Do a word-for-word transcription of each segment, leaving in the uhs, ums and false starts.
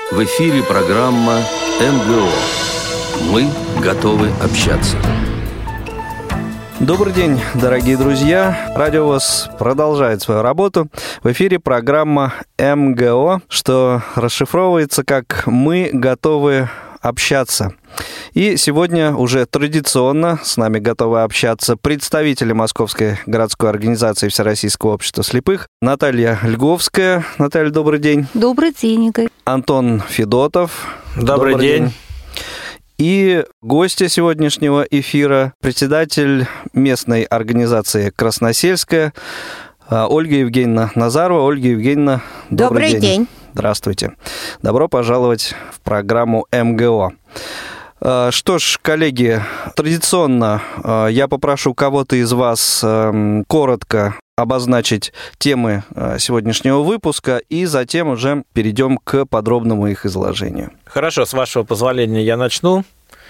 В эфире программа эм гэ о. Мы готовы общаться. Добрый день, дорогие друзья. Радио ВОС продолжает свою работу. В эфире программа эм гэ о, что расшифровывается как «Мы готовы общаться». И сегодня уже традиционно с нами готовы общаться представители Московской городской организации Всероссийского общества слепых Наталья Льговская. Наталья, добрый день. Добрый день, Игорь. Антон Федотов. Добрый, добрый день. день. И гостья сегодняшнего эфира, председатель местной организации «Красносельская» Ольга Евгеньевна Назарова. Ольга Евгеньевна, добрый, добрый день. день. Здравствуйте. Добро пожаловать в программу эм гэ о. Что ж, коллеги, традиционно я попрошу кого-то из вас коротко обозначить темы сегодняшнего выпуска, и затем уже перейдем к подробному их изложению. Хорошо, с вашего позволения я начну.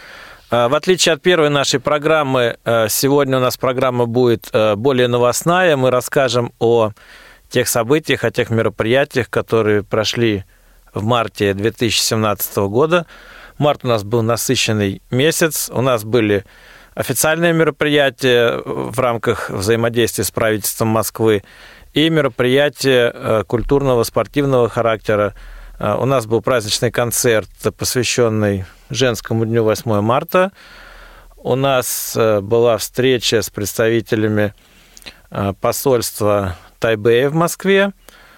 В отличие от первой нашей программы, сегодня у нас программа будет более новостная. Мы расскажем о тех событиях, о тех мероприятиях, которые прошли в марте две тысячи семнадцатого года. Март у нас был насыщенный месяц, у нас были официальные мероприятия в рамках взаимодействия с правительством Москвы и мероприятия культурного, спортивного характера. У нас был праздничный концерт, посвященный Женскому дню восьмого марта. У нас была встреча с представителями посольства Тайбэя в Москве.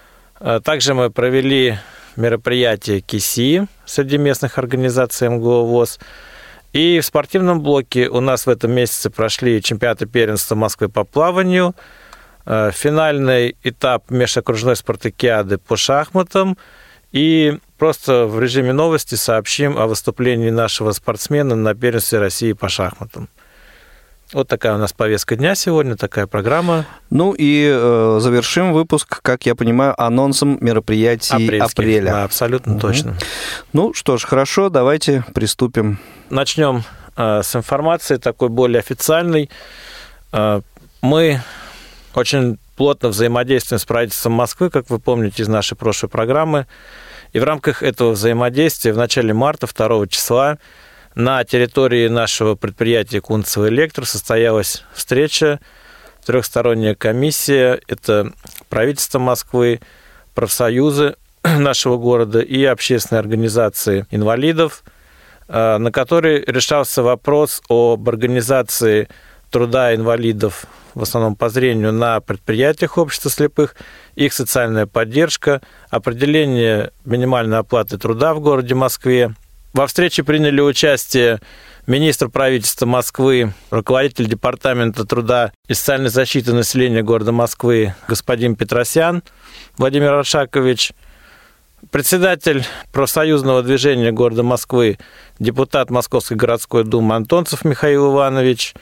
Также мы провели мероприятие КИСИ среди местных организаций эм гэ о ВОС. И в спортивном блоке у нас в этом месяце прошли чемпионаты первенства Москвы по плаванию, финальный этап межокружной спартакиады по шахматам. И просто в режиме новости сообщим о выступлении нашего спортсмена на первенстве России по шахматам. Вот такая у нас повестка дня сегодня, такая программа. Ну и э, завершим выпуск, как я понимаю, анонсом мероприятий Апрельских, апреля. Да, абсолютно угу. точно. Ну что ж, хорошо, давайте приступим. Начнем э, с информации такой более официальной. Э, мы очень плотно взаимодействуем с правительством Москвы, как вы помните из нашей прошлой программы. И в рамках этого взаимодействия в начале марта, второго числа, на территории нашего предприятия «Кунцево Электро» состоялась встреча, трехсторонняя комиссия. Это правительство Москвы, профсоюзы нашего города и общественные организации инвалидов, на которой решался вопрос об организации труда инвалидов, в основном по зрению, на предприятиях общества слепых, их социальная поддержка, определение минимальной оплаты труда в городе Москве. Во встрече приняли участие министр правительства Москвы, руководитель департамента труда и социальной защиты населения города Москвы господин Петросян Владимир Аршакович, председатель профсоюзного движения города Москвы, депутат Московской городской думы Антонцев Михаил Иванович,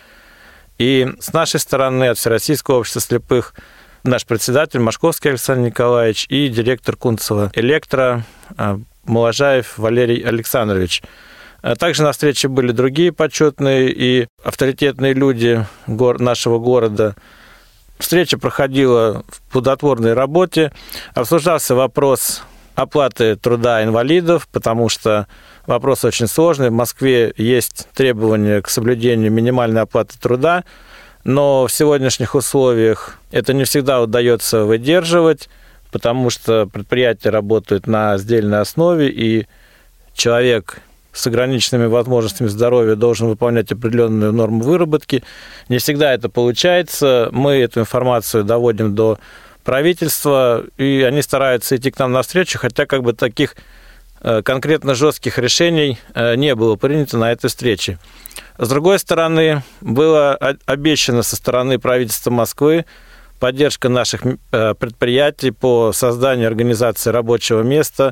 и с нашей стороны от Всероссийского общества слепых наш председатель Машковский Александр Николаевич и директор Кунцево Электро Моложаев Валерий Александрович. Также на встрече были другие почетные и авторитетные люди нашего города. Встреча проходила в плодотворной работе. Обсуждался вопрос оплаты труда инвалидов, потому что вопрос очень сложный. В Москве есть требования к соблюдению минимальной оплаты труда, но в сегодняшних условиях это не всегда удается выдерживать, потому что предприятия работают на сдельной основе, и человек с ограниченными возможностями здоровья должен выполнять определенную норму выработки. Не всегда это получается. Мы эту информацию доводим до правительства, и они стараются идти к нам навстречу, хотя как бы таких конкретно жестких решений не было принято на этой встрече. С другой стороны, было обещано со стороны правительства Москвы поддержка наших предприятий по созданию организации рабочего места,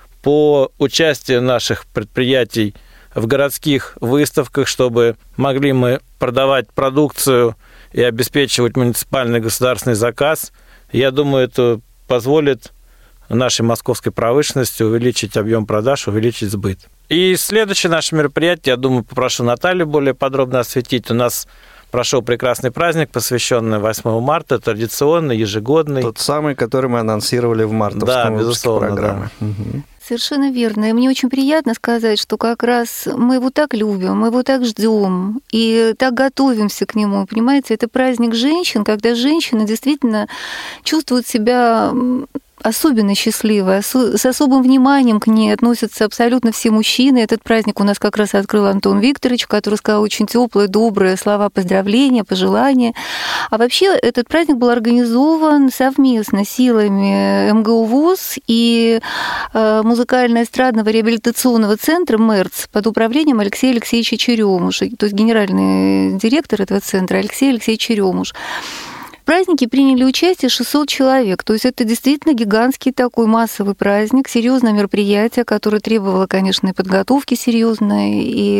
по участию наших предприятий в городских выставках, чтобы могли мы продавать продукцию и обеспечивать муниципальный государственный заказ. Я думаю, это позволит нашей московской промышленности увеличить объем продаж, увеличить сбыт. И следующее наше мероприятие, я думаю, попрошу Наталью более подробно осветить. У нас прошел прекрасный праздник, посвященный восьмому марта, традиционный, ежегодный. Тот самый, который мы анонсировали в мартовском да, выпуске безусловно, программы. Да. Угу. Совершенно верно. И мне очень приятно сказать, что как раз мы его так любим, мы его так ждем и так готовимся к нему. Понимаете, это праздник женщин, когда женщины действительно чувствуют себя особенно счастливая, с особым вниманием к ней относятся абсолютно все мужчины. Этот праздник у нас как раз открыл Антон Викторович, который сказал очень теплые, добрые слова поздравления, пожелания. А вообще этот праздник был организован совместно силами эм гэ у ВУЗ и музыкально-эстрадного реабилитационного центра МЭРЦ под управлением Алексея Алексеевича Черемуша, то есть генеральный директор этого центра Алексей Алексеевич Черемуш. В празднике приняли участие шестьсот человек, то есть это действительно гигантский такой массовый праздник, серьезное мероприятие, которое требовало, конечно, и подготовки серьезной,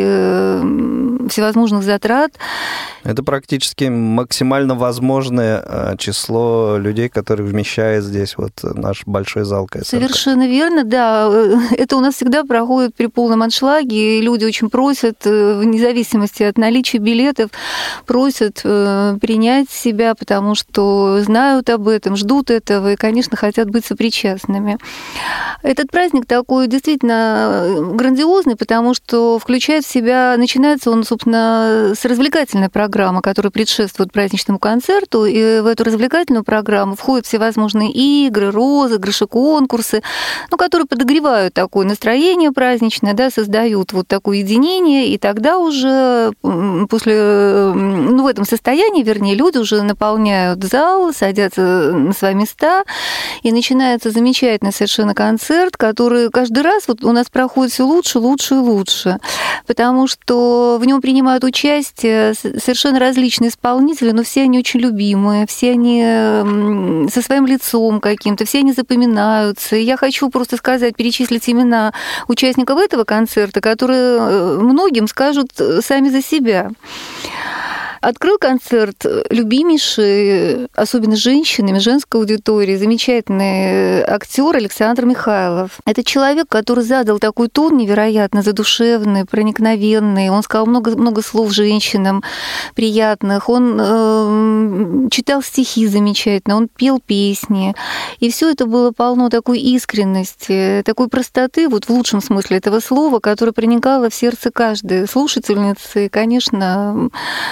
и всевозможных затрат. Это практически максимально возможное число людей, которые вмещает здесь вот наш большой зал ка эс эр ка. Совершенно верно, да. Это у нас всегда проходит при полном аншлаге, и люди очень просят, вне зависимости от наличия билетов, просят принять себя, потому что знают об этом, ждут этого и, конечно, хотят быть сопричастными. Этот праздник такой действительно грандиозный, потому что включает в себя, начинается он, собственно, с развлекательной программы, которая предшествует праздничному концерту, и в эту развлекательную программу входят всевозможные игры, розыгрыши, конкурсы, ну, которые подогревают такое настроение праздничное, да, создают вот такое единение, и тогда уже после, ну, в этом состоянии, вернее, люди уже наполняют зал, садятся на свои места, и начинается замечательный совершенно концерт, который каждый раз вот у нас проходит все лучше, лучше и лучше, потому что в нем принимают участие совершенно различные исполнители, но все они очень любимые, все они со своим лицом каким-то, все они запоминаются. И я хочу просто сказать, перечислить имена участников этого концерта, которые многим скажут сами за себя. Открыл концерт любимейший, особенно женщинами, женской аудитории, замечательный актер Александр Михайлов. Это человек, который задал такой тон невероятно задушевный, проникновенный. Он сказал много, много слов женщинам приятных. Он э, читал стихи замечательно, он пел песни. И все это было полно такой искренности, такой простоты, вот в лучшем смысле этого слова, которая проникала в сердце каждой слушательницы. И, конечно,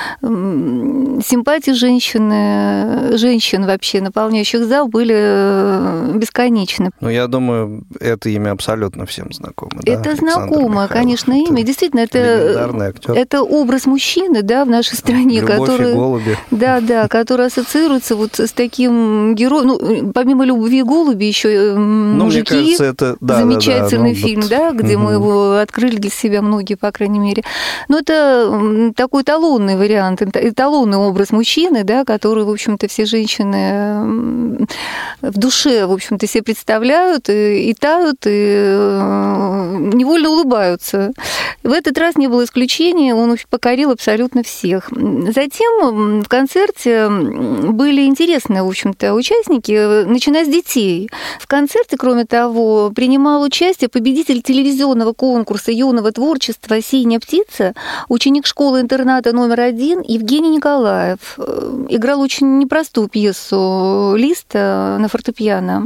симпатии женщины, женщин вообще, наполняющих зал, были бесконечны. Ну, я думаю, это имя абсолютно всем знакомо. Это да? знакомое, конечно, имя. Это действительно, это, это образ мужчины, да, в нашей стране, Любовь который, и голуби. Да, да, который ассоциируется вот с таким героем. Ну, помимо «Любви и голуби» еще ну, «Мужики». Мне кажется, это да, замечательный да, да, фильм, вот. да, где угу. мы его открыли для себя многие, по крайней мере. Но это такой эталонный вариант, эталонный образ мужчины, да, который, в общем-то, все женщины в душе, в общем-то, себе представляют и, и тают, и невольно улыбаются. В этот раз не было исключения, он покорил абсолютно всех. Затем в концерте были интересные, в общем-то, участники, начиная с детей. В концерте, кроме того, принимал участие победитель телевизионного конкурса юного творчества «Синяя птица», ученик школы-интерната номер один Евгений Николаев. Играл очень непростую пьесу Листа на фортепиано.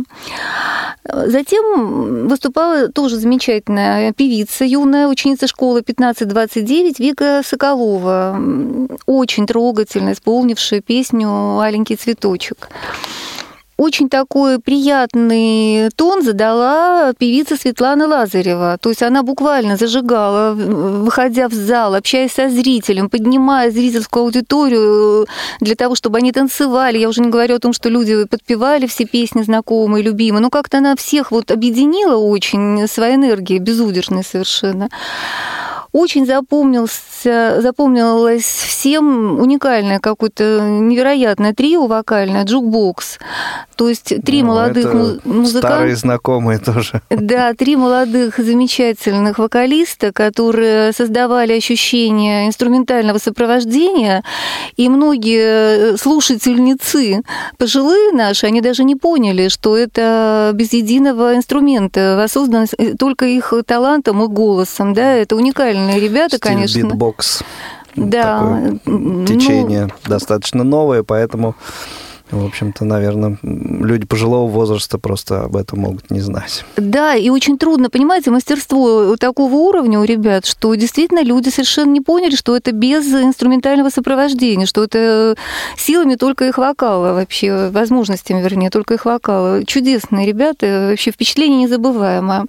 Затем выступала тоже замечательная певица, юная ученица школы пятнадцать двадцать девять Вика Соколова, очень трогательно исполнившая песню «Аленький цветочек». Очень такой приятный тон задала певица Светлана Лазарева. То есть она буквально зажигала, выходя в зал, общаясь со зрителем, поднимая зрительскую аудиторию для того, чтобы они танцевали. Я уже не говорю о том, что люди подпевали все песни знакомые, любимые. Но как-то она всех вот объединила очень своей энергией, безудержной совершенно. Очень запомнился, запомнилось всем уникальное какое-то невероятное трио вокальное, джукбокс. То есть три ну, молодых музыканта. Старые знакомые тоже. Да, три молодых замечательных вокалиста, которые создавали ощущение инструментального сопровождения. И многие слушательницы, пожилые наши, они даже не поняли, что это без единого инструмента, воссоздано только их талантом и голосом. Да, это уникально. Ребята, стиль конечно. Битбокс. Да. Такое течение ну... достаточно новое, поэтому В общем-то, наверное, люди пожилого возраста просто об этом могут не знать. Да, и очень трудно, понимаете, мастерство такого уровня у ребят, что действительно люди совершенно не поняли, что это без инструментального сопровождения, что это силами только их вокала, вообще возможностями, вернее, только их вокала. Чудесные ребята, вообще впечатление незабываемое.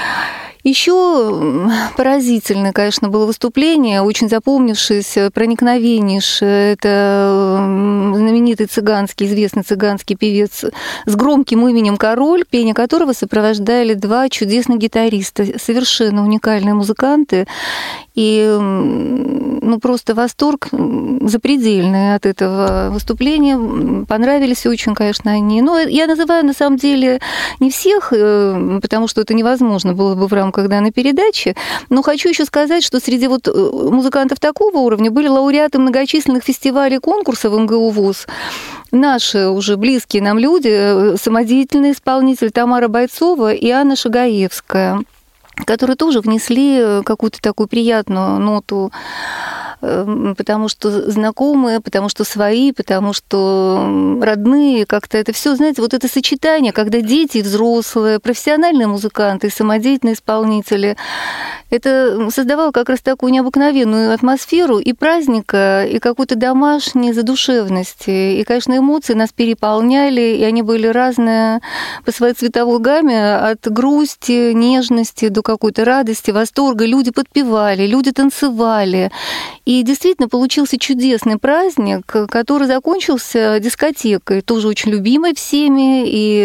Еще поразительное, конечно, было выступление, очень запомнившееся, проникновеннейшее. Это знаменитый цыганский, известный цыганский певец с громким именем Король, пение которого сопровождали два чудесных гитариста, совершенно уникальные музыканты. И ну, просто восторг запредельный от этого выступления. Понравились очень, конечно, они. Но я называю, на самом деле, не всех, потому что это невозможно было бы в рамках данной передачи. Но хочу еще сказать, что среди вот музыкантов такого уровня были лауреаты многочисленных фестивалей и конкурсов эм гэ у ВУЗ. Наши уже близкие нам люди, самодеятельные исполнители Тамара Бойцова и Анна Шагаевская, которые тоже внесли какую-то такую приятную ноту, потому что знакомые, потому что свои, потому что родные, как-то это все, знаете, вот это сочетание, когда дети и взрослые, профессиональные музыканты, самодеятельные исполнители, это создавало как раз такую необыкновенную атмосферу и праздника, и какой-то домашней задушевности. И, конечно, эмоции нас переполняли, и они были разные по своей цветовой гамме, от грусти, нежности до какой-то радости, восторга. Люди подпевали, люди танцевали. И действительно получился чудесный праздник, который закончился дискотекой, тоже очень любимой всеми.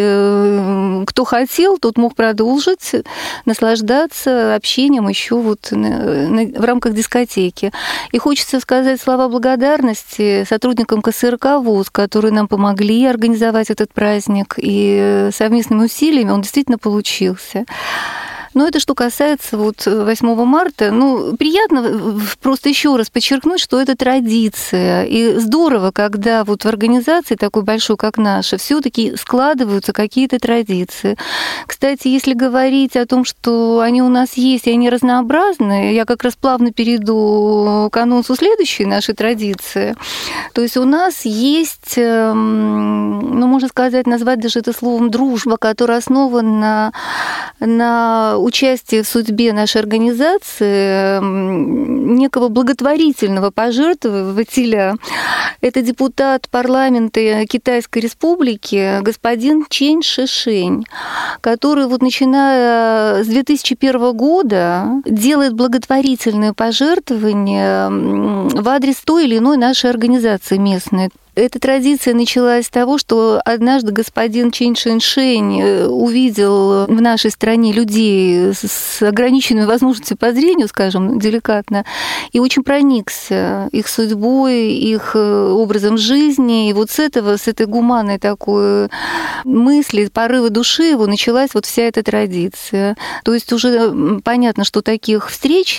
И кто хотел, тот мог продолжить наслаждаться общением еще вот в рамках дискотеки. И хочется сказать слова благодарности сотрудникам ка эс эр ка ВУЗ, которые нам помогли организовать этот праздник. И совместными усилиями он действительно получился. Но это что касается вот восьмого марта. Ну, приятно просто еще раз подчеркнуть, что это традиция. И здорово, когда вот в организации такой большой, как наша, все-таки складываются какие-то традиции. Кстати, если говорить о том, что они у нас есть, и они разнообразны, я как раз плавно перейду к анонсу следующей нашей традиции. То есть у нас есть, ну, можно сказать, назвать даже это словом дружба, которая основана на участие в судьбе нашей организации некого благотворительного пожертвователя. Это депутат парламента Китайской Республики господин Чэнь Шишень, который вот начиная с две тысячи первого года делает благотворительные пожертвования в адрес той или иной нашей организации местной. Эта традиция началась с того, что однажды господин Чэнь Шишень увидел в нашей стране людей с ограниченными возможностями по зрению, скажем, деликатно, и очень проникся их судьбой, их образом жизни. И вот с этого, с этой гуманной такой мысли, порыва души его началась вот вся эта традиция. То есть уже понятно, что таких встреч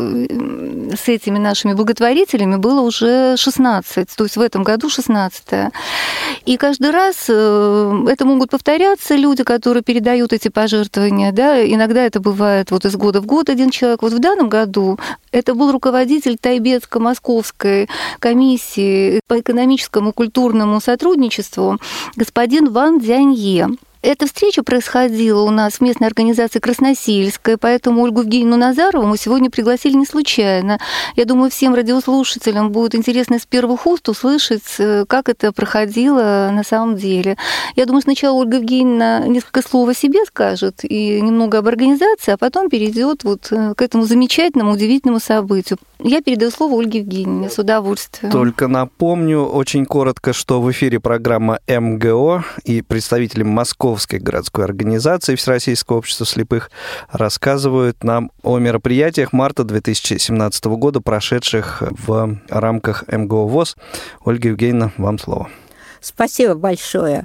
с этими нашими благотворителями было уже шестнадцать. То есть в этом году шестнадцатое. И каждый раз это могут повторяться люди, которые передают эти пожертвования. Да? Иногда это бывает вот из года в год один человек. Вот в данном году это был руководитель Тайбетско-Московской комиссии по экономическому и культурному сотрудничеству господин Ван Дзянье. Эта встреча происходила у нас в местной организации Красносельская, поэтому Ольгу Евгеньевну Назарову мы сегодня пригласили не случайно. Я думаю, всем радиослушателям будет интересно с первых уст услышать, как это проходило на самом деле. Я думаю, сначала Ольга Евгеньевна несколько слов о себе скажет и немного об организации, а потом перейдет вот к этому замечательному, удивительному событию. Я передаю слово Ольге Евгеньевне с удовольствием. Только напомню очень коротко, что в эфире программа эм гэ о и представители Московской городской организации Всероссийского общества слепых рассказывают нам о мероприятиях марта две тысячи семнадцатого года, прошедших в рамках эм гэ о ВОС. Ольга Евгеньевна, вам слово. Спасибо большое.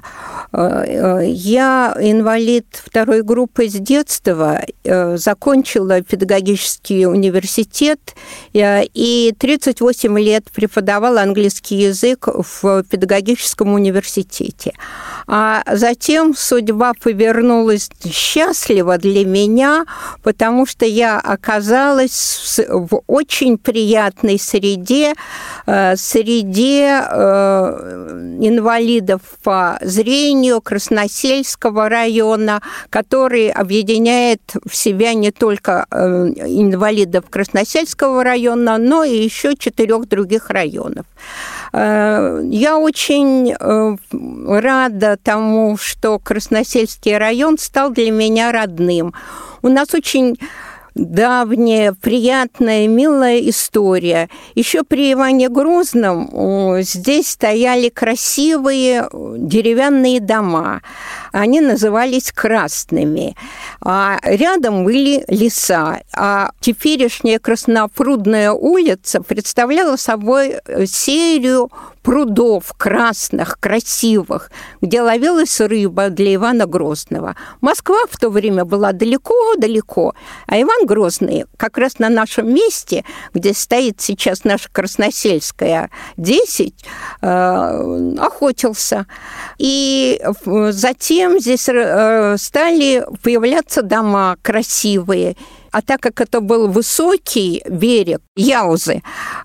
Я инвалид второй группы с детства, закончила педагогический университет и тридцать восемь лет преподавала английский язык в педагогическом университете. А затем судьба повернулась счастливо для меня, потому что я оказалась в очень приятной среде, среде инвалидов, инвалидов по зрению Красносельского района, который объединяет в себя не только инвалидов Красносельского района, но и еще четырех других районов. Я очень рада тому, что Красносельский район стал для меня родным. У нас очень давняя, приятная, милая история. Еще при Иване Грозном здесь стояли красивые деревянные дома. Они назывались красными. А рядом были леса. А теперешняя Краснопрудная улица представляла собой серию прудов красных, красивых, где ловилась рыба для Ивана Грозного. Москва в то время была далеко-далеко, а Иван Грозный как раз на нашем месте, где стоит сейчас наша Красносельская десять, охотился. И затем здесь стали появляться дома красивые. А так как это был высокий берег Яузы,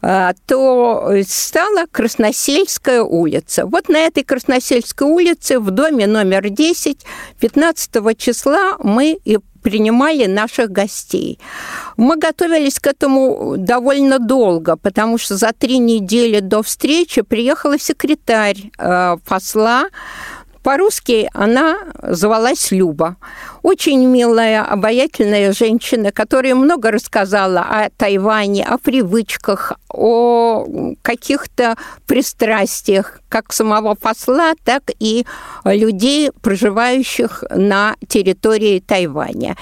то стала Красносельская улица. Вот на этой Красносельской улице в доме номер десять пятнадцатого числа мы и принимали наших гостей. Мы готовились к этому довольно долго, потому что за три недели до встречи приехала секретарь посла. По-русски она звалась Люба. Очень милая, обаятельная женщина, которая много рассказала о Тайване, о привычках, о каких-то пристрастиях как самого посла, так и людей, проживающих на территории Тайваня.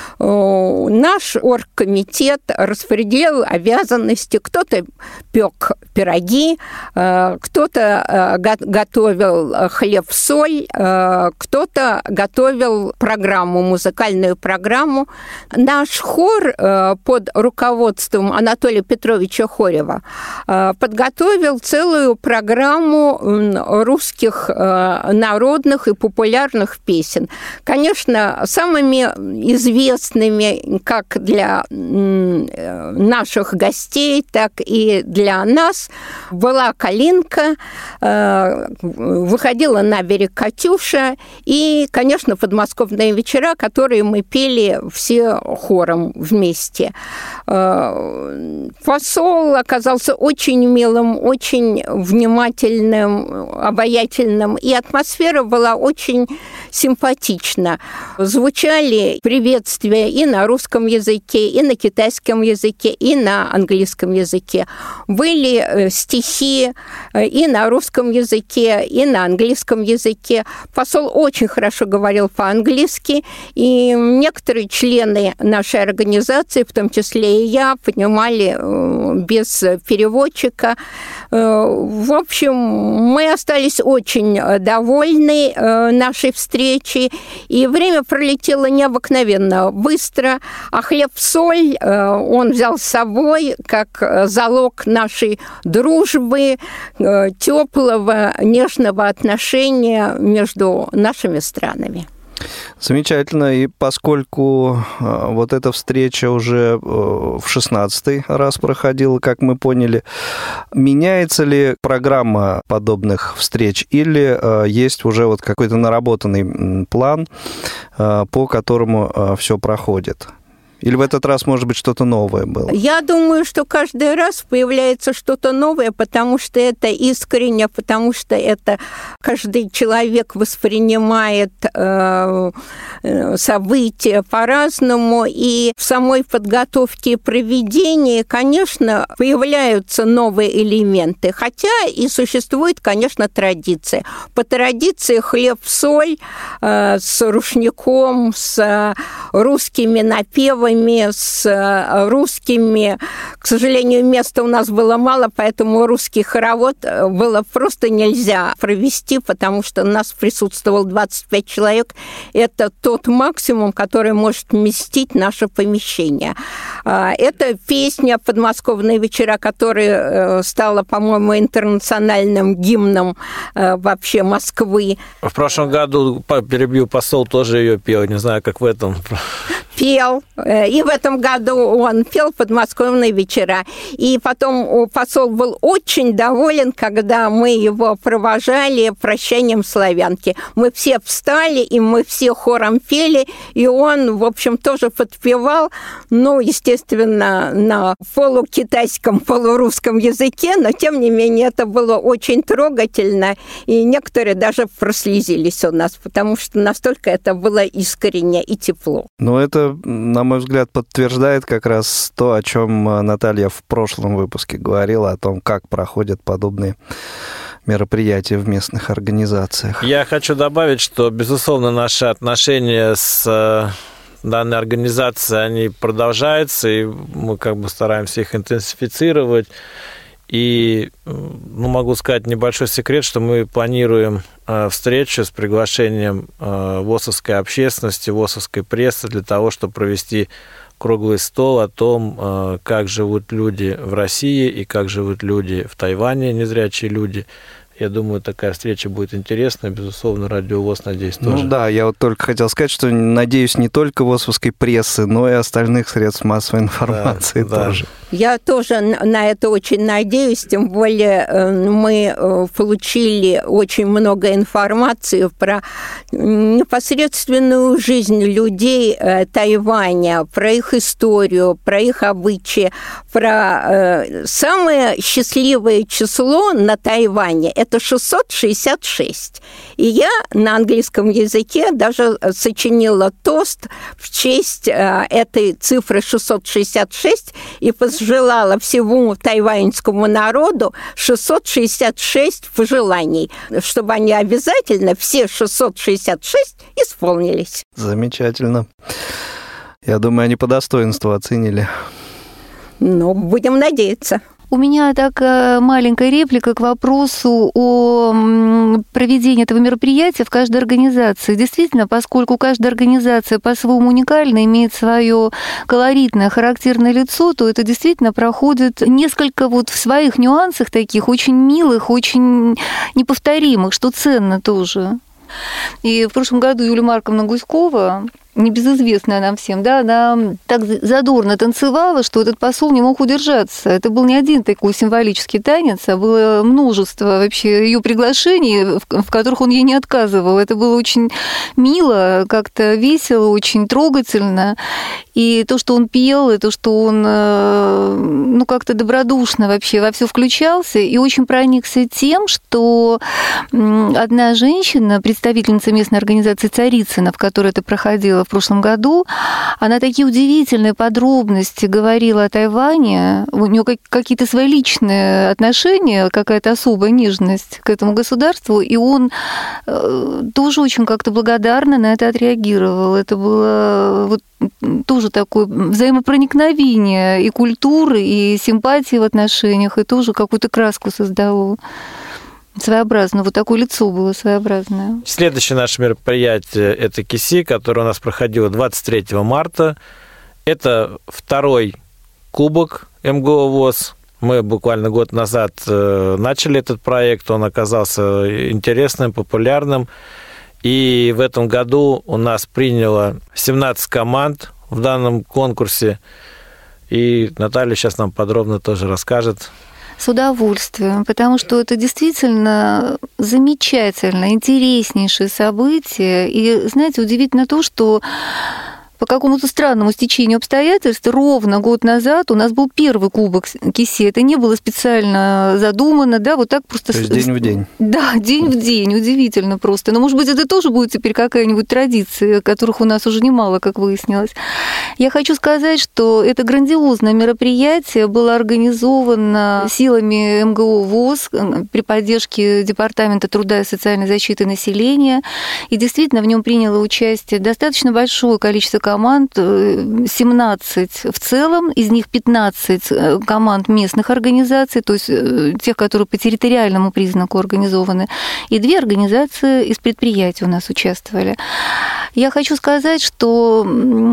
Наш оргкомитет распределил обязанности. Кто-то пек пироги, кто-то готовил хлеб-соль, кто-то готовил программу, музыкальную программу. Наш хор под руководством Анатолия Петровича Хорева подготовил целую программу русских народных и популярных песен. Конечно, самыми известными как для наших гостей, так и для нас была «Калинка», выходила на берег «Катюша» и, конечно, «Подмосковные вечера», которые мы пели все хором вместе. Посол оказался очень милым, очень внимательным, обаятельным, и атмосфера была очень симпатична. Звучали приветствия и на русском языке, и на китайском языке, и на английском языке. Были стихи и на русском языке, и на английском языке. Посол очень хорошо говорил по-английски, и некоторые члены нашей организации, в том числе и я, понимали без переводчика. В общем, мы остались очень довольны нашей встречей, и время пролетело необыкновенно быстро, а хлеб-соль он взял с собой как залог нашей дружбы, теплого, нежного отношения между нашими странами. Замечательно. И поскольку вот эта встреча уже в шестнадцатый раз проходила, как мы поняли, меняется ли программа подобных встреч или есть уже вот какой-то наработанный план, по которому все проходит? Или в этот раз, может быть, что-то новое было? Я думаю, что каждый раз появляется что-то новое, потому что это искренне, потому что это каждый человек воспринимает э, события по-разному. И в самой подготовке и проведении, конечно, появляются новые элементы. Хотя и существует, конечно, традиция. По традиции хлеб-соль э, с рушником, с русскими напевами, с русскими. К сожалению, места у нас было мало, поэтому русский хоровод было просто нельзя провести, потому что у нас присутствовало двадцать пять человек. Это тот максимум, который может вместить наше помещение. Это песня «Подмосковные вечера», которая стала, по-моему, интернациональным гимном вообще Москвы. В прошлом году, перебью, посол тоже ее пел, не знаю, как в этом пел, и в этом году он пел подмосковные вечера. И потом посол был очень доволен, когда мы его провожали прощанием славянки. Мы все встали, и мы все хором пели, и он, в общем, тоже подпевал, ну, естественно, на полукитайском, полурусском языке, но, тем не менее, это было очень трогательно, и некоторые даже прослезились у нас, потому что настолько это было искренне и тепло. Ну, это, на мой взгляд, подтверждает как раз то, о чем Наталья в прошлом выпуске говорила, о том, как проходят подобные мероприятия в местных организациях. Я хочу добавить, что, безусловно, наши отношения с данной организацией, они продолжаются, и мы как бы стараемся их интенсифицировать. И, ну, могу сказать небольшой секрет, что мы планируем встречу с приглашением ВОСовской общественности, ВОСовской прессы для того, чтобы провести круглый стол о том, как живут люди в России и как живут люди в Тайване, незрячие люди. Я думаю, такая встреча будет интересная. Безусловно, Радио ВОС, надеюсь, тоже. Ну да, я вот только хотел сказать, что надеюсь не только ВОСовской прессы, но и остальных средств массовой информации да, тоже. Да. Я тоже на это очень надеюсь, тем более мы получили очень много информации про непосредственную жизнь людей Тайваня, про их историю, про их обычаи, про самое счастливое число на Тайване – это шестьсот шестьдесят шесть. И я на английском языке даже сочинила тост в честь этой цифры шестьсот шестьдесят шесть и пожелала всему тайваньскому народу шестьсот шестьдесят шесть пожеланий, чтобы они обязательно, все шестьсот шестьдесят шесть, исполнились. Замечательно. Я думаю, они по достоинству оценили. Ну, будем надеяться. У меня такая маленькая реплика к вопросу о проведении этого мероприятия в каждой организации. Действительно, поскольку каждая организация по-своему уникальна, имеет свое колоритное, характерное лицо, то это действительно проходит несколько вот в своих нюансах таких очень милых, очень неповторимых, что ценно тоже. И в прошлом году Юлия Марковна Гуськова, небезызвестная нам всем, да, она так задорно танцевала, что этот посол не мог удержаться. Это был не один такой символический танец, а было множество вообще ее приглашений, в которых он ей не отказывал. Это было очень мило, как-то весело, очень трогательно. И то, что он пел, и то, что он, ну, как-то добродушно вообще во все включался, и очень проникся тем, что одна женщина, представительница местной организации Царицына, в которой это проходило в прошлом году, она такие удивительные подробности говорила о Тайване, у нее какие-то свои личные отношения, какая-то особая нежность к этому государству, и он тоже очень как-то благодарно на это отреагировал. Это было вот тоже такое взаимопроникновение и культуры, и симпатии в отношениях, и тоже какую-то краску создало. Своеобразно, вот такое лицо было своеобразное. Следующее наше мероприятие – это КИСИ, которое у нас проходило двадцать третьего марта. Это второй кубок МГО ВОС. Мы буквально год назад начали этот проект, он оказался интересным, популярным. И в этом году у нас приняло семнадцать команд в данном конкурсе. И Наталья сейчас нам подробно тоже расскажет. С удовольствием, потому что это действительно замечательно, интереснейшее событие. И, знаете, удивительно то, что по какому-то странному стечению обстоятельств ровно год назад у нас был первый кубок КИСИ. Это не было специально задумано, да, вот так просто... То есть день в день. Да, день в день, удивительно просто. Но, может быть, это тоже будет теперь какая-нибудь традиция, которых у нас уже немало, как выяснилось. Я хочу сказать, что это грандиозное мероприятие было организовано силами МГО ВОС при поддержке Департамента труда и социальной защиты населения. И действительно в нем приняло участие достаточно большое количество команд, семнадцать в целом, из них пятнадцать команд местных организаций, то есть тех, которые по территориальному признаку организованы, и две организации из предприятий у нас участвовали. Я хочу сказать, что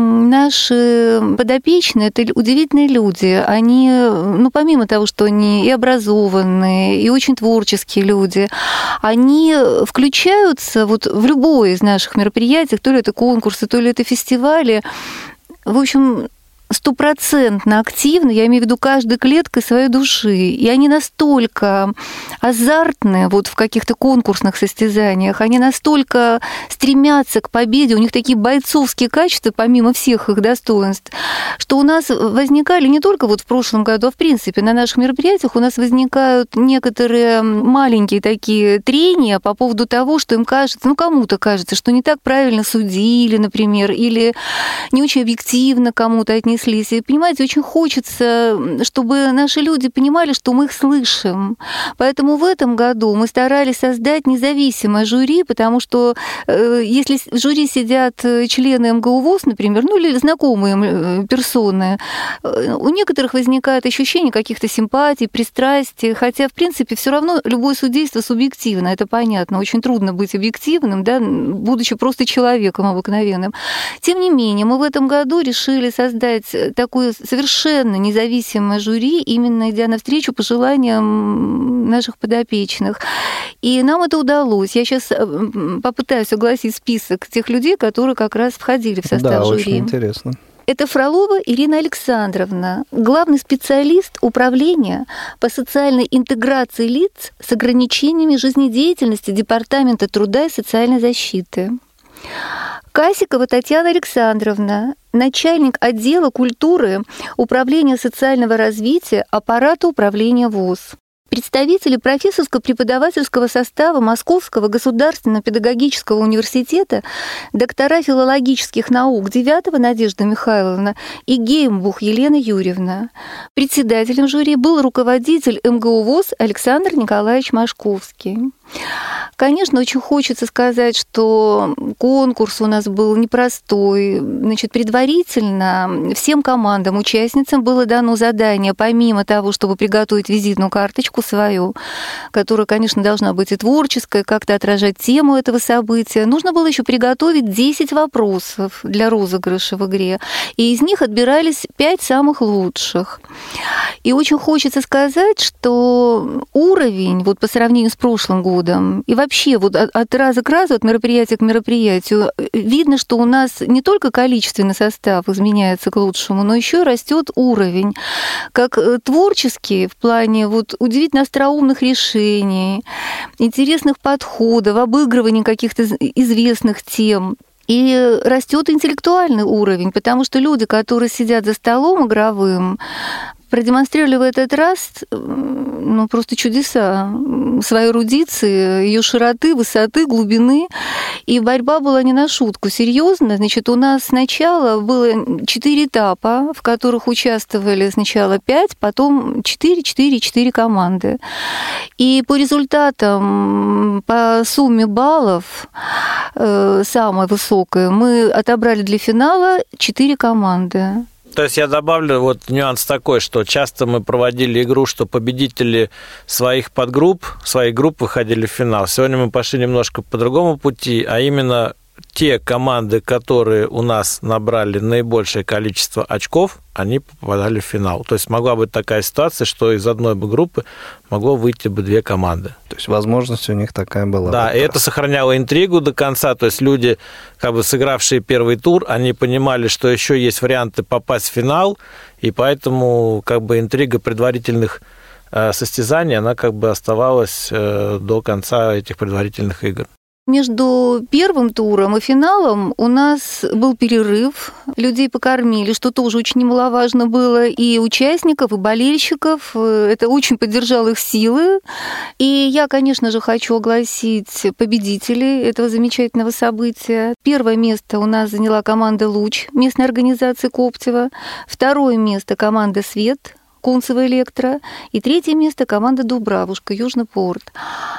наши подопечные – это удивительные люди. Они, ну, помимо того, что они и образованные, и очень творческие люди, они включаются вот в любое из наших мероприятий, то ли это конкурсы, то ли это фестивали, в общем, стопроцентно активны, я имею в виду каждой клеткой своей души, и они настолько азартны вот в каких-то конкурсных состязаниях, они настолько стремятся к победе, у них такие бойцовские качества, помимо всех их достоинств, что у нас возникали не только вот в прошлом году, а в принципе на наших мероприятиях у нас возникают некоторые маленькие такие трения по поводу того, что им кажется, ну кому-то кажется, что не так правильно судили, например, или не очень объективно кому-то отнеслись. И, понимаете, очень хочется, чтобы наши люди понимали, что мы их слышим. Поэтому в этом году мы старались создать независимое жюри, потому что э, если в жюри сидят члены эм гэ у ВУЗ, например, ну или знакомые им персоны, э, у некоторых возникает ощущение каких-то симпатий, пристрастий, хотя, в принципе, все равно любое судейство субъективно, это понятно. Очень трудно быть объективным, да, будучи просто человеком обыкновенным. Тем не менее, мы в этом году решили создать такое совершенно независимое жюри, именно идя навстречу пожеланиям наших подопечных. И нам это удалось. Я сейчас попытаюсь огласить список тех людей, которые как раз входили в состав да, жюри. Очень интересно. Это Фролова Ирина Александровна, главный специалист управления по социальной интеграции лиц с ограничениями жизнедеятельности Департамента труда и социальной защиты. Касикова Татьяна Александровна, начальник отдела культуры Управления социального развития аппарата управления ВУЗ. Представители профессорско-преподавательского состава Московского государственного педагогического университета, доктора филологических наук Девятова Надежда Михайловна и Геймбух Елена Юрьевна. Председателем жюри был руководитель эм гэ у ВУЗ Александр Николаевич Машковский. Конечно, очень хочется сказать, что конкурс у нас был непростой. Значит, предварительно всем командам, участницам было дано задание, помимо того, чтобы приготовить визитную карточку свою, которая, конечно, должна быть и творческая, как-то отражать тему этого события, нужно было еще приготовить десять вопросов для розыгрыша в игре. И из них отбирались пять самых лучших. И очень хочется сказать, что уровень вот по сравнению с прошлым годом и вообще вот от, от раза к разу, от мероприятия к мероприятию, видно, что у нас не только количественный состав изменяется к лучшему, но еще и растет уровень, как творческий в плане вот удивительно остроумных решений, интересных подходов, обыгрывания каких-то известных тем. И растет интеллектуальный уровень, потому что люди, которые сидят за столом игровым, продемонстрировали в этот раз ну, просто чудеса своей эрудиции, ее широты, высоты, глубины. И борьба была не на шутку, серьезно. Значит, у нас сначала было четыре этапа, в которых участвовали сначала пять, потом четыре, четыре, четыре команды. И по результатам, по сумме баллов, э, самой высокой, мы отобрали для финала четыре команды. То есть я добавлю вот нюанс такой, что часто мы проводили игру, что победители своих подгрупп, своих групп выходили в финал. Сегодня мы пошли немножко по другому пути, а именно те команды, которые у нас набрали наибольшее количество очков, они попадали в финал. То есть могла быть такая ситуация, что из одной бы группы могло выйти бы две команды. То есть возможность у них такая была. Да, и это сохраняло интригу до конца. То есть люди, как бы сыгравшие первый тур, они понимали, что еще есть варианты попасть в финал, и поэтому как бы интрига предварительных состязаний, она как бы оставалась до конца этих предварительных игр. Между первым туром и финалом у нас был перерыв, людей покормили, что тоже очень немаловажно было, и участников, и болельщиков. Это очень поддержало их силы. И я, конечно же, хочу огласить победителей этого замечательного события. Первое место у нас заняла команда «Луч» местной организации Коптева. Второе место команда «Свет» Кунцево Электро. И третье место команда «Дубравушка» Южный порт.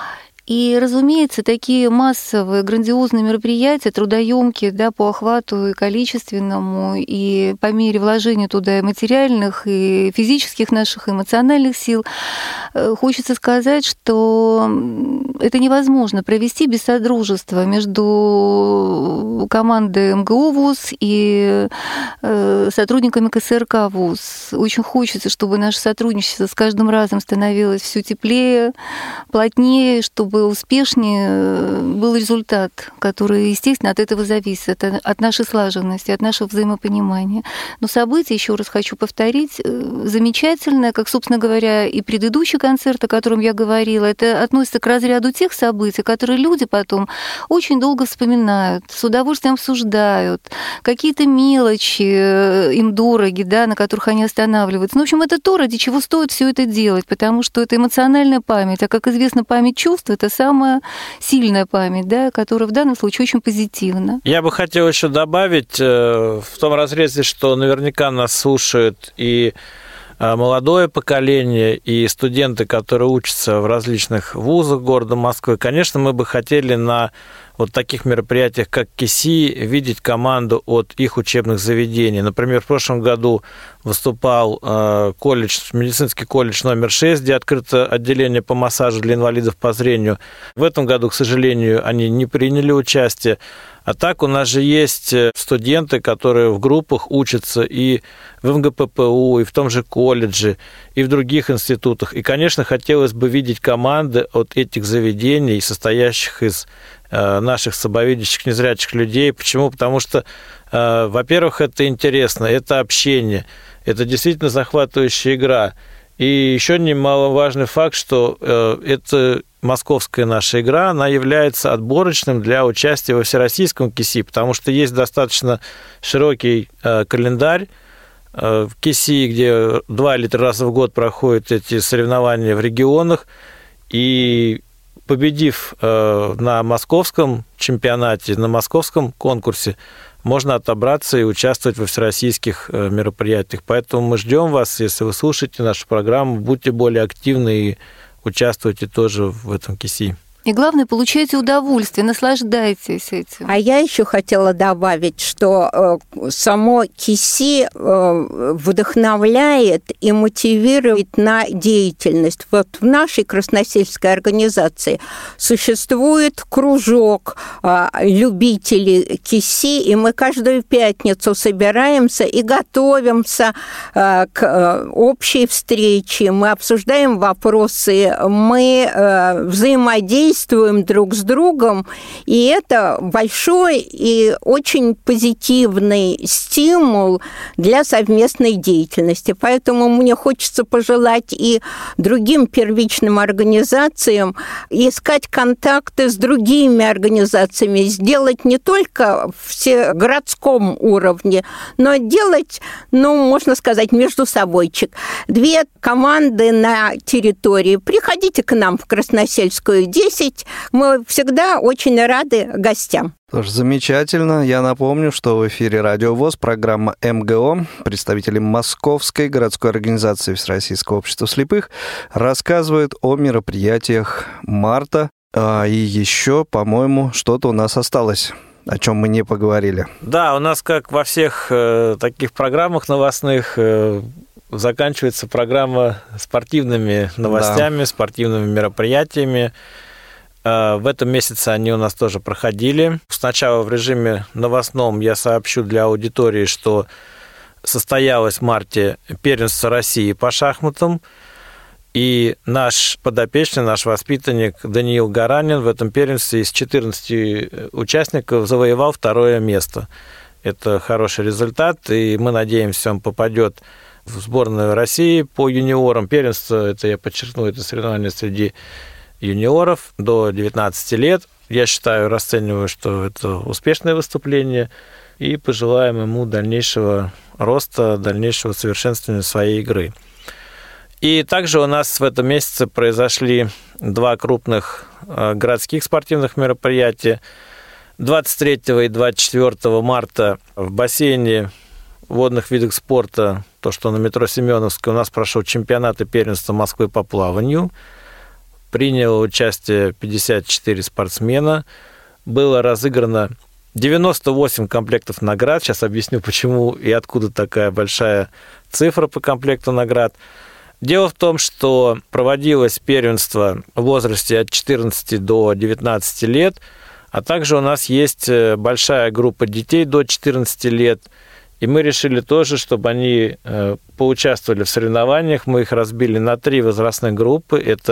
И, разумеется, такие массовые, грандиозные мероприятия, трудоемкие, да, по охвату и количественному, и по мере вложения туда и материальных, и физических наших, и эмоциональных сил, хочется сказать, что это невозможно провести без содружества между командой эм гэ у ВУЗ и сотрудниками ка эс эр ка ВУЗ. Очень хочется, чтобы наше сотрудничество с каждым разом становилось все теплее, плотнее, чтобы чтобы успешнее был результат, который, естественно, от этого зависит, от нашей слаженности, от нашего взаимопонимания. Но событие, еще раз хочу повторить, замечательное, как, собственно говоря, и предыдущий концерт, о котором я говорила, это относится к разряду тех событий, которые люди потом очень долго вспоминают, с удовольствием обсуждают, какие-то мелочи им дороги, да, на которых они останавливаются. Ну, в общем, это то, ради чего стоит все это делать, потому что это эмоциональная память, а, как известно, память чувств — это самая сильная память, да, которая в данном случае очень позитивна. Я бы хотел еще добавить в том разрезе, что наверняка нас слушают и молодое поколение, и студенты, которые учатся в различных вузах города Москвы. Конечно, мы бы хотели на вот таких мероприятиях, как КИСИ, видеть команду от их учебных заведений. Например, в прошлом году выступал колледж, медицинский колледж номер шесть, где открыто отделение по массажу для инвалидов по зрению. В этом году, к сожалению, они не приняли участие. А так у нас же есть студенты, которые в группах учатся и в эм гэ пэ пэ у, и в том же колледже, и в других институтах. И, конечно, хотелось бы видеть команды от этих заведений, состоящих из наших слабовидящих, незрячих людей. Почему? Потому что, во-первых, это интересно, это общение, это действительно захватывающая игра. И еще немаловажный факт, что это московская наша игра, она является отборочным для участия во всероссийском КИСИ, потому что есть достаточно широкий календарь в КИСИ, где два или три раза в год проходят эти соревнования в регионах, и победив на московском чемпионате, на московском конкурсе, можно отобраться и участвовать во всероссийских мероприятиях. Поэтому мы ждем вас, если вы слушаете нашу программу, будьте более активны и участвуйте тоже в этом КИСИ. И главное, получайте удовольствие, наслаждайтесь этим. А я еще хотела добавить, что само КИСИ вдохновляет и мотивирует на деятельность. Вот в нашей красносельской организации существует кружок любителей КИСИ, и мы каждую пятницу собираемся и готовимся к общей встрече. Мы обсуждаем вопросы, мы взаимодействуем действуем друг с другом, и это большой и очень позитивный стимул для совместной деятельности. Поэтому мне хочется пожелать и другим первичным организациям искать контакты с другими организациями, сделать не только в всегородском уровне, но делать, ну, можно сказать, между собойчик. Две команды на территории. Приходите к нам в Красносельскую десять. Мы всегда очень рады гостям. Тоже замечательно. Я напомню, что в эфире Радио ВОС, программа эм гэ о, представители Московской городской организации Всероссийского общества слепых, рассказывают о мероприятиях марта. А, и еще, по-моему, что-то у нас осталось, о чем мы не поговорили. Да, у нас, как во всех э, таких программах новостных, э, заканчивается программа спортивными новостями, да. спортивными мероприятиями. В этом месяце они у нас тоже проходили. Сначала в режиме новостном я сообщу для аудитории, что состоялось в марте первенство России по шахматам, и наш подопечный, наш воспитанник Даниил Гаранин в этом первенстве из четырнадцати участников завоевал второе место. Это хороший результат, и мы надеемся, он попадет в сборную России по юниорам. Первенство, это я подчеркну, это соревнование среди юниоров до девятнадцати лет. Я считаю, расцениваю, что это успешное выступление, и пожелаем ему дальнейшего роста, дальнейшего совершенствования своей игры. И также у нас в этом месяце произошли два крупных городских спортивных мероприятия. двадцать третьего и двадцать четвёртого марта в бассейне водных видах спорта, то, что на метро Семеновской, у нас прошел чемпионат и первенство Москвы по плаванию. Приняло участие пятьдесят четыре спортсмена. Было разыграно девяносто восемь комплектов наград. Сейчас объясню, почему и откуда такая большая цифра по комплекту наград. Дело в том, что проводилось первенство в возрасте от четырнадцати до девятнадцати лет, а также у нас есть большая группа детей до четырнадцати лет, и мы решили тоже, чтобы они поучаствовали в соревнованиях. Мы их разбили на три возрастных группы. Это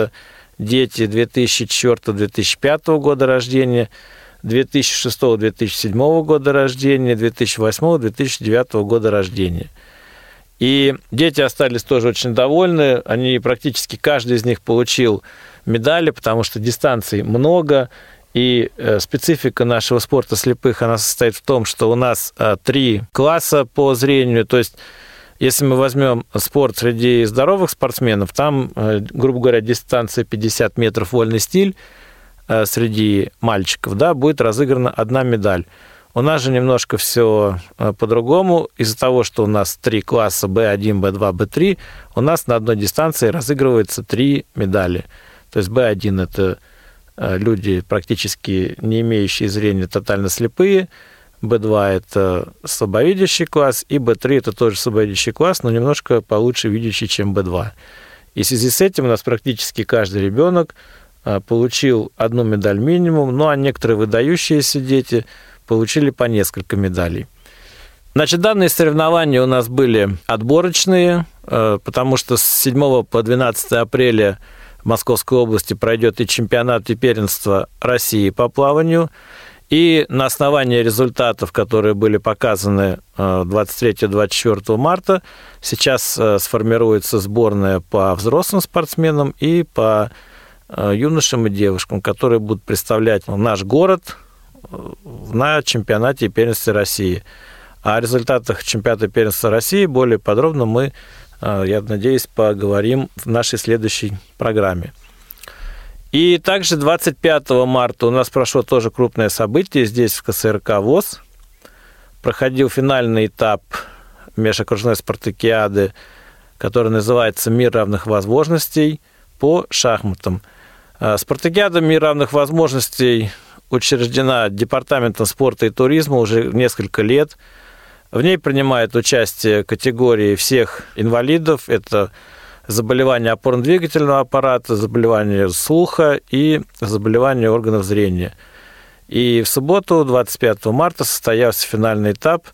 дети две тысячи четвёртого — две тысячи пятого года рождения, две тысячи шестого — две тысячи седьмого года рождения, две тысячи восьмого — две тысячи девятого года рождения. И дети остались тоже очень довольны. Они практически каждый из них получил медали, потому что дистанций много. И специфика нашего спорта слепых, она состоит в том, что у нас три класса по зрению. То есть, если мы возьмем спорт среди здоровых спортсменов, там, грубо говоря, дистанция пятьдесят метров вольный стиль среди мальчиков, да, будет разыграна одна медаль. У нас же немножко все по-другому. Из-за того, что у нас три класса бэ один, бэ два, бэ три, у нас на одной дистанции разыгрывается три медали. То есть бэ один – это люди, практически не имеющие зрения, тотально слепые, бэ два – это слабовидящий класс, и бэ три – это тоже слабовидящий класс, но немножко получше видящий, чем бэ два. И в связи с этим у нас практически каждый ребенок получил одну медаль минимум, ну а некоторые выдающиеся дети получили по несколько медалей. Значит, данные соревнования у нас были отборочные, потому что с седьмого по двенадцатое апреля в Московской области пройдет и чемпионат, и первенство России по плаванию. И на основании результатов, которые были показаны двадцать третьего — двадцать четвёртого марта, сейчас сформируется сборная по взрослым спортсменам и по юношам и девушкам, которые будут представлять наш город на чемпионате и первенстве России. О результатах чемпионата и первенства России более подробно мы, я надеюсь, поговорим в нашей следующей программе. И также двадцать пятого марта у нас прошло тоже крупное событие здесь, в ка эс эр ка ВОС. Проходил финальный этап межокружной спартакиады, который называется «Мир равных возможностей» по шахматам. Спартакиада «Мир равных возможностей» учреждена Департаментом спорта и туризма уже несколько лет. В ней принимают участие категории всех инвалидов. Это заболевания опорно-двигательного аппарата, заболевания слуха и заболевания органов зрения. И в субботу, двадцать пятого марта, состоялся финальный этап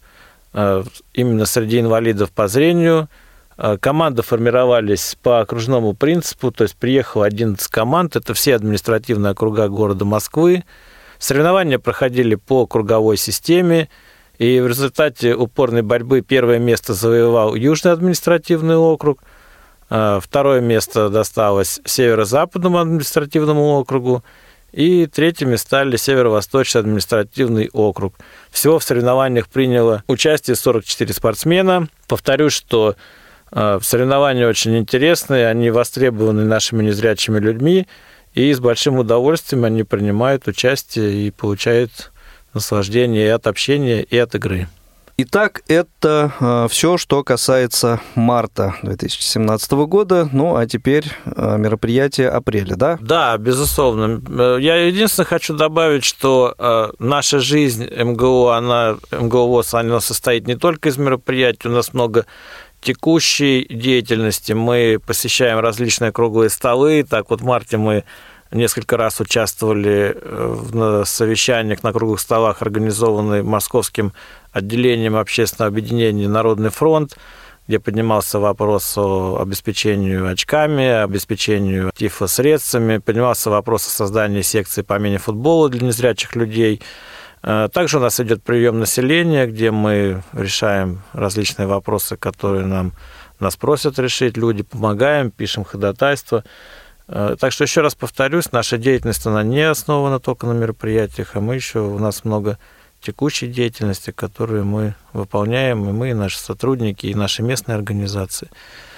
именно среди инвалидов по зрению. Команды формировались по окружному принципу, то есть приехало одиннадцать команд, это все административные округа города Москвы. Соревнования проходили по круговой системе, и в результате упорной борьбы первое место завоевал Южный административный округ, второе место досталось Северо-Западному административному округу, и третьими стали Северо-Восточный административный округ. Всего в соревнованиях приняло участие сорок четыре спортсмена. Повторюсь, что соревнования очень интересные, они востребованы нашими незрячими людьми, и с большим удовольствием они принимают участие и получают наслаждение и от общения, и от игры. Итак, это э, все, что касается марта две тысячи семнадцатого года. Ну, а теперь э, мероприятие апреля, да? Да, безусловно. Я единственное хочу добавить, что э, наша жизнь эм гэ о, она, эм гэ о ВОС, она состоит не только из мероприятий, у нас много текущей деятельности. Мы посещаем различные круглые столы. Так вот, в марте мы несколько раз участвовали в совещаниях на круглых столах, организованных Московским отделением общественного объединения «Народный фронт», где поднимался вопрос о обеспечении очками, обеспечению тифлосредствами, поднимался вопрос о создании секции по мини-футболу для незрячих людей. Также у нас идет прием населения, где мы решаем различные вопросы, которые нам, нас просят решить. Люди помогаем, пишем ходатайства. Так что, еще раз повторюсь, наша деятельность, она не основана только на мероприятиях, а мы еще, у нас много текущей деятельности, которую мы выполняем, и мы, и наши сотрудники, и наши местные организации.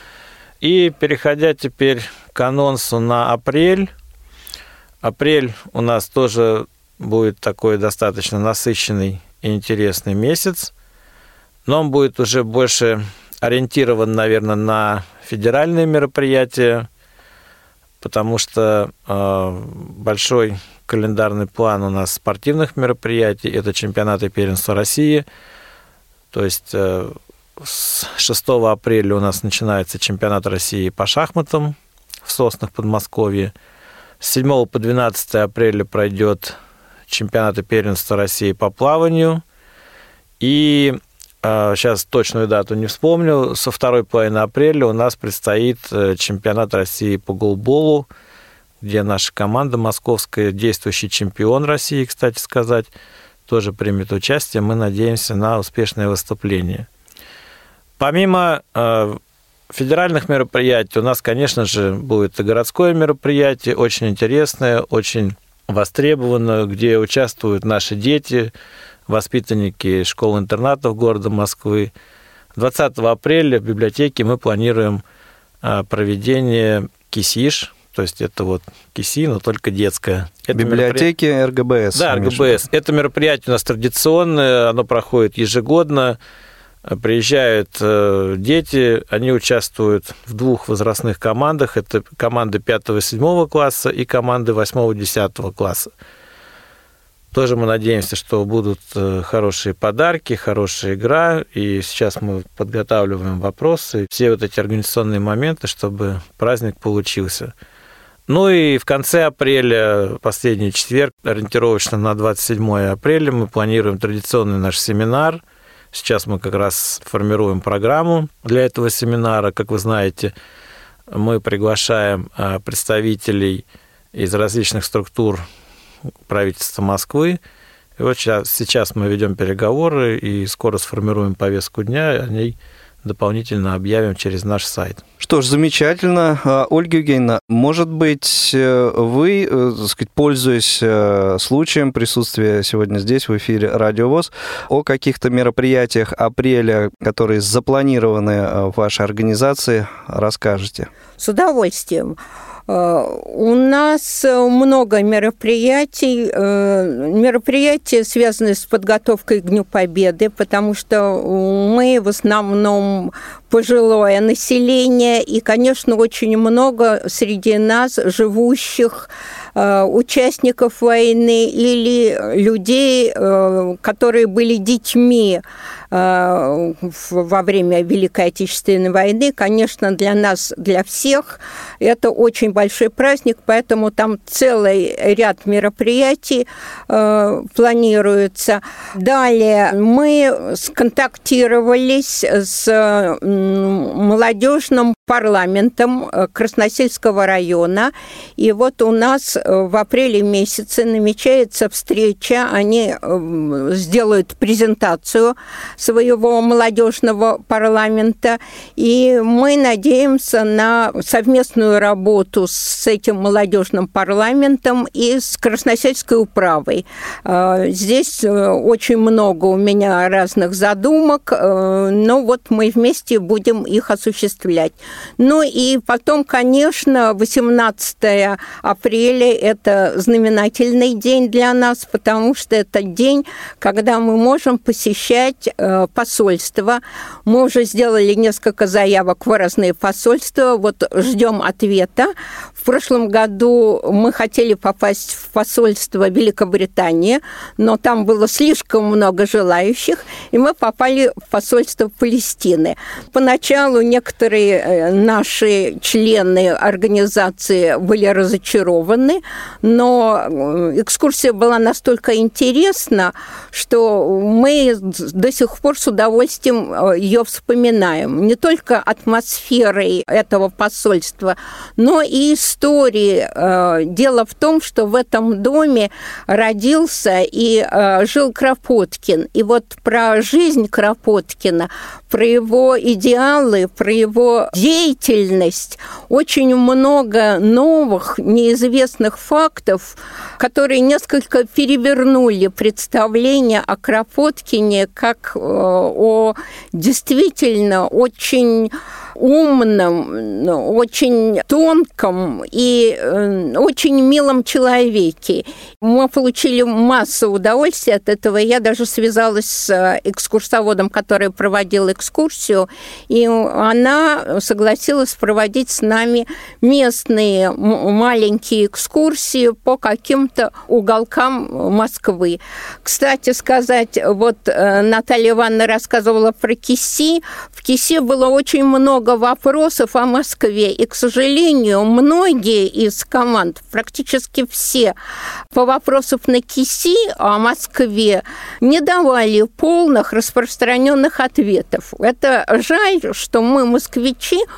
И переходя теперь к анонсу на апрель. Апрель у нас тоже будет такой достаточно насыщенный и интересный месяц, но он будет уже больше ориентирован, наверное, на федеральные мероприятия, потому что э, большой календарный план у нас спортивных мероприятий, это чемпионат и первенство России, то есть э, с шестого апреля у нас начинается чемпионат России по шахматам в Соснах, Подмосковье, с седьмого по двенадцатое апреля пройдет чемпионат и первенство России по плаванию, и сейчас точную дату не вспомню, со второй половины апреля у нас предстоит чемпионат России по голболу, где наша команда московская, действующий чемпион России, кстати сказать, тоже примет участие. Мы надеемся на успешное выступление. Помимо э, федеральных мероприятий, у нас, конечно же, будет и городское мероприятие, очень интересное, очень востребованное, где участвуют наши дети, воспитанники школ-интернатов города Москвы. двадцатого апреля в библиотеке мы планируем проведение КИСИШ, то есть это вот КИСИ, но только детское. Это библиотеки эр гэ бэ эс. Да, эр гэ бэ эс. Это мероприятие у нас традиционное, оно проходит ежегодно. Приезжают дети, они участвуют в двух возрастных командах. Это команды пятого и седьмого класса и команды восьмого и десятого класса. Тоже мы надеемся, что будут хорошие подарки, хорошая игра. И сейчас мы подготавливаем вопросы, все вот эти организационные моменты, чтобы праздник получился. Ну и в конце апреля, последний четверг, ориентировочно на двадцать седьмое апреля, мы планируем традиционный наш семинар. Сейчас мы как раз формируем программу для этого семинара. Как вы знаете, мы приглашаем представителей из различных структур правительства Москвы. И вот сейчас, сейчас мы ведем переговоры и скоро сформируем повестку дня, о ней дополнительно объявим через наш сайт. Что ж, замечательно. Ольга Евгеньевна, может быть, вы, так сказать, пользуясь случаем присутствия сегодня здесь, в эфире Радио ВОС, о каких-то мероприятиях апреля, которые запланированы в вашей организации, расскажете? С удовольствием. У нас много мероприятий, мероприятия, связанные с подготовкой к Дню Победы, потому что мы в основном пожилое население, и, конечно, очень много среди нас живущих участников войны или людей, которые были детьми во время Великой Отечественной войны. Конечно, для нас, для всех это очень большой праздник, поэтому там целый ряд мероприятий э, планируется. Далее мы сконтактировались с молодежным парламентом Красносельского района, и вот у нас в апреле месяце намечается встреча, они сделают презентацию своего молодежного парламента, и мы надеемся на совместную работу с этим молодежным парламентом и с Красносельской управой. Здесь очень много у меня разных задумок, но вот мы вместе будем их осуществлять. Ну и потом, конечно, восемнадцатое апреля – это знаменательный день для нас, потому что это день, когда мы можем посещать посольства. Мы уже сделали несколько заявок в разные посольства, вот ждем ответа. В прошлом году мы хотели попасть в посольство Великобритании, но там было слишком много желающих, и мы попали в посольство Палестины. Поначалу некоторые наши члены организации были разочарованы, но экскурсия была настолько интересна, что мы до сих пор с удовольствием ее вспоминаем. Не только атмосферой этого посольства, но и историей. Дело в том, что в этом доме родился и жил Кропоткин. И вот про жизнь Кропоткина, про его идеалы, про его деятельность очень много новых, неизвестных фактов, которые несколько перевернули представление о Кропоткине как о действительно очень умном, очень тонком и очень милом человеке. Мы получили массу удовольствия от этого. Я даже связалась с экскурсоводом, который проводил экскурсию, и она согласилась проводить с нами местные маленькие экскурсии по каким-то уголкам Москвы. Кстати сказать, вот Наталья Ивановна рассказывала про КИСИ. В КИСИ было очень много вопросов о Москве, и, к сожалению, многие из команд, практически все, по вопросам на КИСИ о Москве не давали полных распространенных ответов. Это жаль, что мы, москвичи,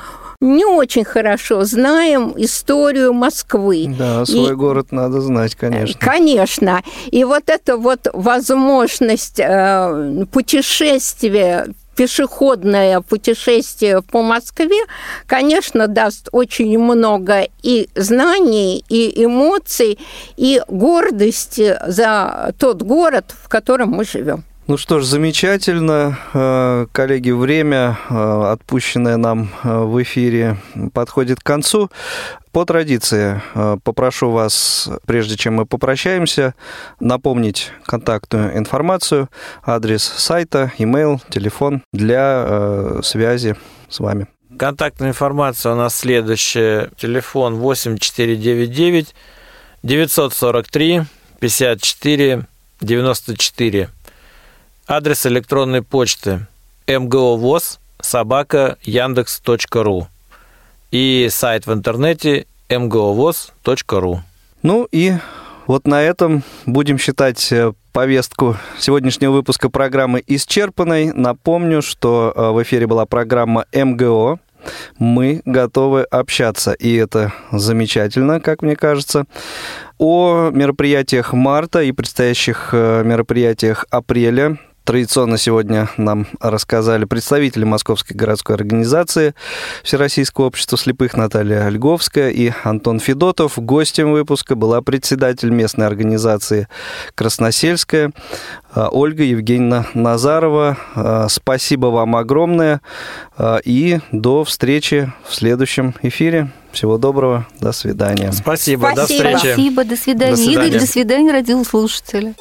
не очень хорошо знаем историю Москвы. Да, свой и, город надо знать, конечно. Конечно. И вот эта вот возможность э, путешествия, пешеходное путешествие по Москве, конечно, даст очень много и знаний, и эмоций, и гордости за тот город, в котором мы живем. Ну что ж, замечательно. Коллеги, время, отпущенное нам в эфире, подходит к концу. По традиции попрошу вас, прежде чем мы попрощаемся, напомнить контактную информацию, адрес сайта, имейл, телефон для связи с вами. Контактная информация у нас следующая. Телефон восемь четыре девять девять девятьсот сорок три пятьдесят четыре девяносто четыре. Адрес электронной почты мговоз собака яндекс точка ру и сайт в интернете эм гэ о воз точка ру. Ну и вот на этом будем считать повестку сегодняшнего выпуска программы исчерпанной. Напомню, что в эфире была программа эм гэ о. Мы готовы общаться, и это замечательно, как мне кажется. О мероприятиях марта и предстоящих мероприятиях апреля традиционно сегодня нам рассказали представители Московской городской организации Всероссийского общества слепых Наталья Льговская и Антон Федотов. Гостем выпуска была председатель местной организации Красносельская Ольга Евгеньевна Назарова. Спасибо вам огромное и до встречи в следующем эфире. Всего доброго, до свидания. Спасибо, Спасибо. до встречи. Спасибо, до свидания. До свидания. Игорь, до свидания, радиослушатели.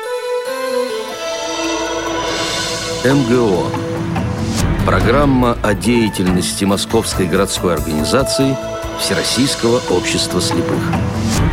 эм гэ о. Программа о деятельности Московской городской организации Всероссийского общества слепых.